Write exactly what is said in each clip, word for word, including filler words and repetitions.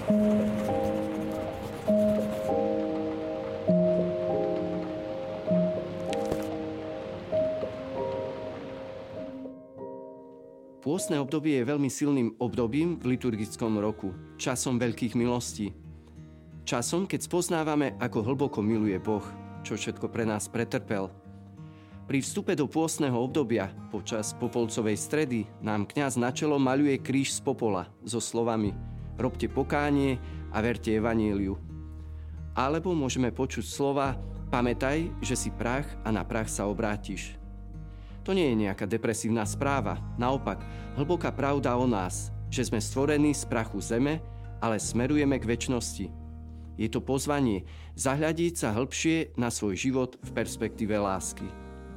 Pôstne obdobie je veľmi silným obdobím v liturgickom roku, časom veľkých milostí. Časom, keď spoznávame, ako hlboko miluje Boh, čo všetko pre nás pretrpel. Pri vstupe do pôstneho obdobia, počas popolcovej stredy, nám kňaz na čelo maľuje kríž z popola so slovami robte pokánie a verte evanjeliu. Alebo môžeme počuť slova pamätaj, že si prach a na prach sa obrátiš. To nie je nejaká depresívna správa, naopak hlboká pravda o nás, že sme stvorení z prachu zeme, ale smerujeme k večnosti. Je to pozvanie zahľadiť sa hĺbšie na svoj život v perspektíve lásky.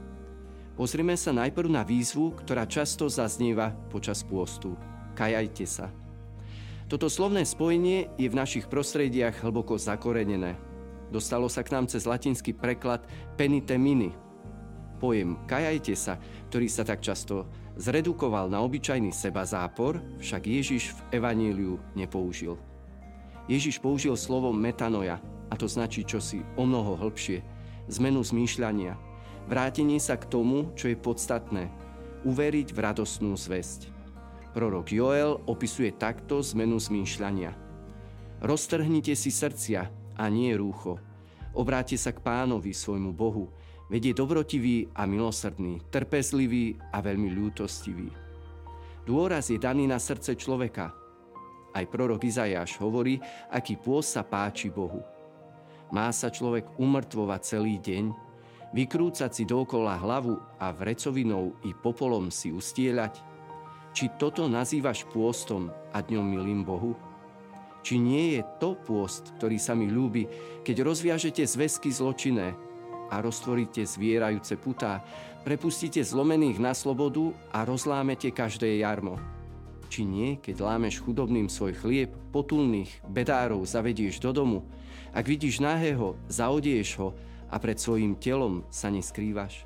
Pozrime sa najprv na výzvu, ktorá často zaznieva počas pôstu. Kajajte sa. Toto slovné spojenie je v našich prostrediach hlboko zakorenené. Dostalo sa k nám cez latinský preklad penite mini. Pojem kajajte sa, ktorý sa tak často zredukoval na obyčajný sebazápor, však Ježiš v evanjeliu nepoužil. Ježiš použil slovo metanoja, a to značí čosi o mnoho hlbšie, zmenu zmýšľania, vrátenie sa k tomu, čo je podstatné, uveriť v radostnú zvesť. Prorok Joel opisuje takto zmenu zmýšľania. Roztrhnite si srdcia a nie rúcho. Obráťte sa k Pánovi, svojmu Bohu, veď je dobrotivý a milosrdný, trpezlivý a veľmi ľútostivý. Dôraz je daný na srdce človeka. Aj prorok Izajáš hovorí, aký pôst sa páči Bohu. Má sa človek umrtvovať celý deň, vykrúcať si dookola hlavu a vrecovinou i popolom si ustieľať? Či toto nazývaš pôstom a dňom milým Bohu? Či nie je to pôst, ktorý sa mi ľúbi, keď rozviažete zväzky zločinné a roztvoríte zvierajúce putá, prepustíte zlomených na slobodu a rozlámete každé jarmo? Či nie, keď lámeš chudobným svoj chlieb, potulných bedárov zavedieš do domu, ak vidíš nahého, zaodieš ho a pred svojím telom sa neskrývaš?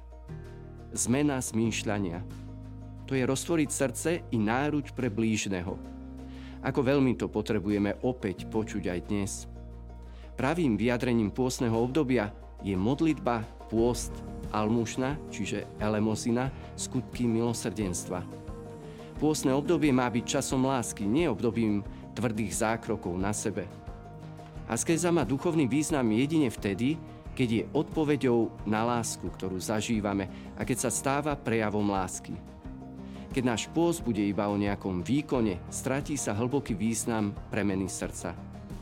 Zmena zmýšľania. To je roztvoriť srdce i náruč pre blížneho. Ako veľmi to potrebujeme opäť počuť aj dnes. Pravým vyjadrením pôstneho obdobia je modlitba, pôst, almužna, čiže elemosina, skutky milosrdenstva. Pôstne obdobie má byť časom lásky, nie obdobím tvrdých zákrokov na sebe. Askéza má duchovný význam jedine vtedy, keď je odpoveďou na lásku, ktorú zažívame a keď sa stáva prejavom lásky. Keď náš pôst bude iba o nejakom výkone, stratí sa hlboký význam premeny srdca.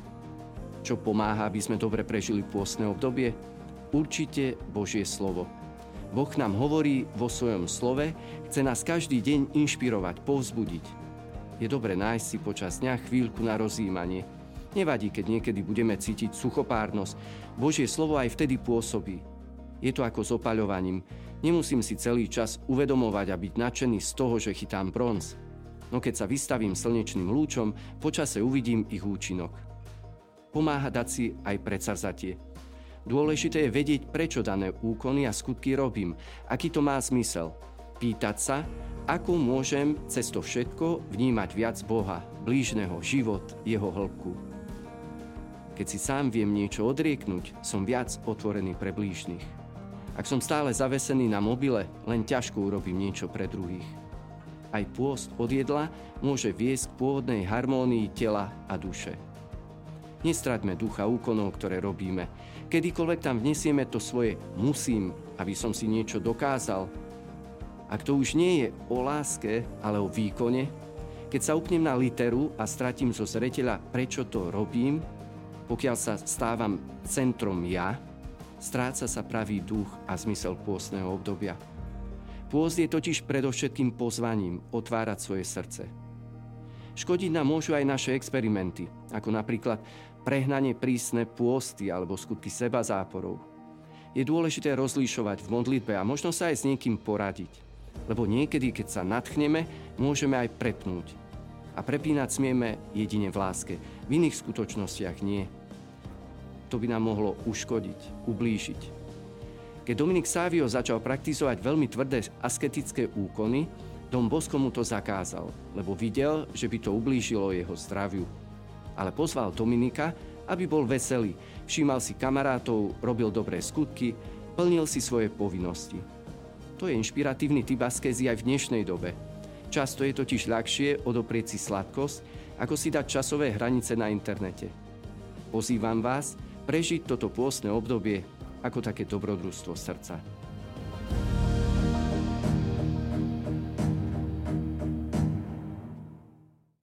Čo pomáha, aby sme dobre prežili pôstne obdobie? Určite Božie slovo. Boh nám hovorí vo svojom slove, chce nás každý deň inšpirovať, povzbudiť. Je dobre nájsť si počas dňa chvíľku na rozjímanie. Nevadí, keď niekedy budeme cítiť suchopárnosť. Božie slovo aj vtedy pôsobí. Je to ako s opaľovaním. Nemusím si celý čas uvedomovať a byť nadšený z toho, že chytám bronz. No keď sa vystavím slnečným lúčom, počase uvidím ich účinok. Pomáha dať si aj predsavzatie. Dôležité je vedieť, prečo dané úkony a skutky robím, aký to má zmysel. Pýtať sa, ako môžem cez to všetko vnímať viac Boha, blížneho, život, jeho hĺbku. Keď si sám viem niečo odrieknúť, som viac otvorený pre blížnych. Ak som stále zavesený na mobile, len ťažko urobím niečo pre druhých. Aj pôst od jedla môže viesť k pôvodnej harmónii tela a duše. Nestraťme ducha úkonov, ktoré robíme. Kedykoľvek tam vnesieme to svoje musím, aby som si niečo dokázal. Ak to už nie je o láske, ale o výkone, keď sa upnem na literu a stratím zo zreteľa, prečo to robím, pokiaľ sa stávam centrom ja, stráca sa pravý duch a zmysel pôstneho obdobia. Pôst je totiž predovšetkým pozvaním otvárať svoje srdce. Škodiť nám môžu aj naše experimenty, ako napríklad prehnane prísne pôsty alebo skutky sebazáporov. Je dôležité rozlíšovať v modlitbe a možno sa aj s niekým poradiť, lebo niekedy, keď sa nadchneme, môžeme aj prepnúť. A prepínať smieme jedine v láske, v iných skutočnostiach nie. To by nám mohlo uškodiť, ublížiť. Keď Dominik Savio začal praktizovať veľmi tvrdé asketické úkony, Dom Bosco mu to zakázal, lebo videl, že by to ublížilo jeho zdraviu. ale pozval Dominika, aby bol veselý, všímal si kamarátov, robil dobré skutky, plnil si svoje povinnosti. To je inšpiratívny typ askézy aj v dnešnej dobe. Často je totiž ľahšie odoprieť si sladkosť, ako si dať časové hranice na internete. Pozývam vás prežiť toto pôstne obdobie ako také dobrodružstvo srdca.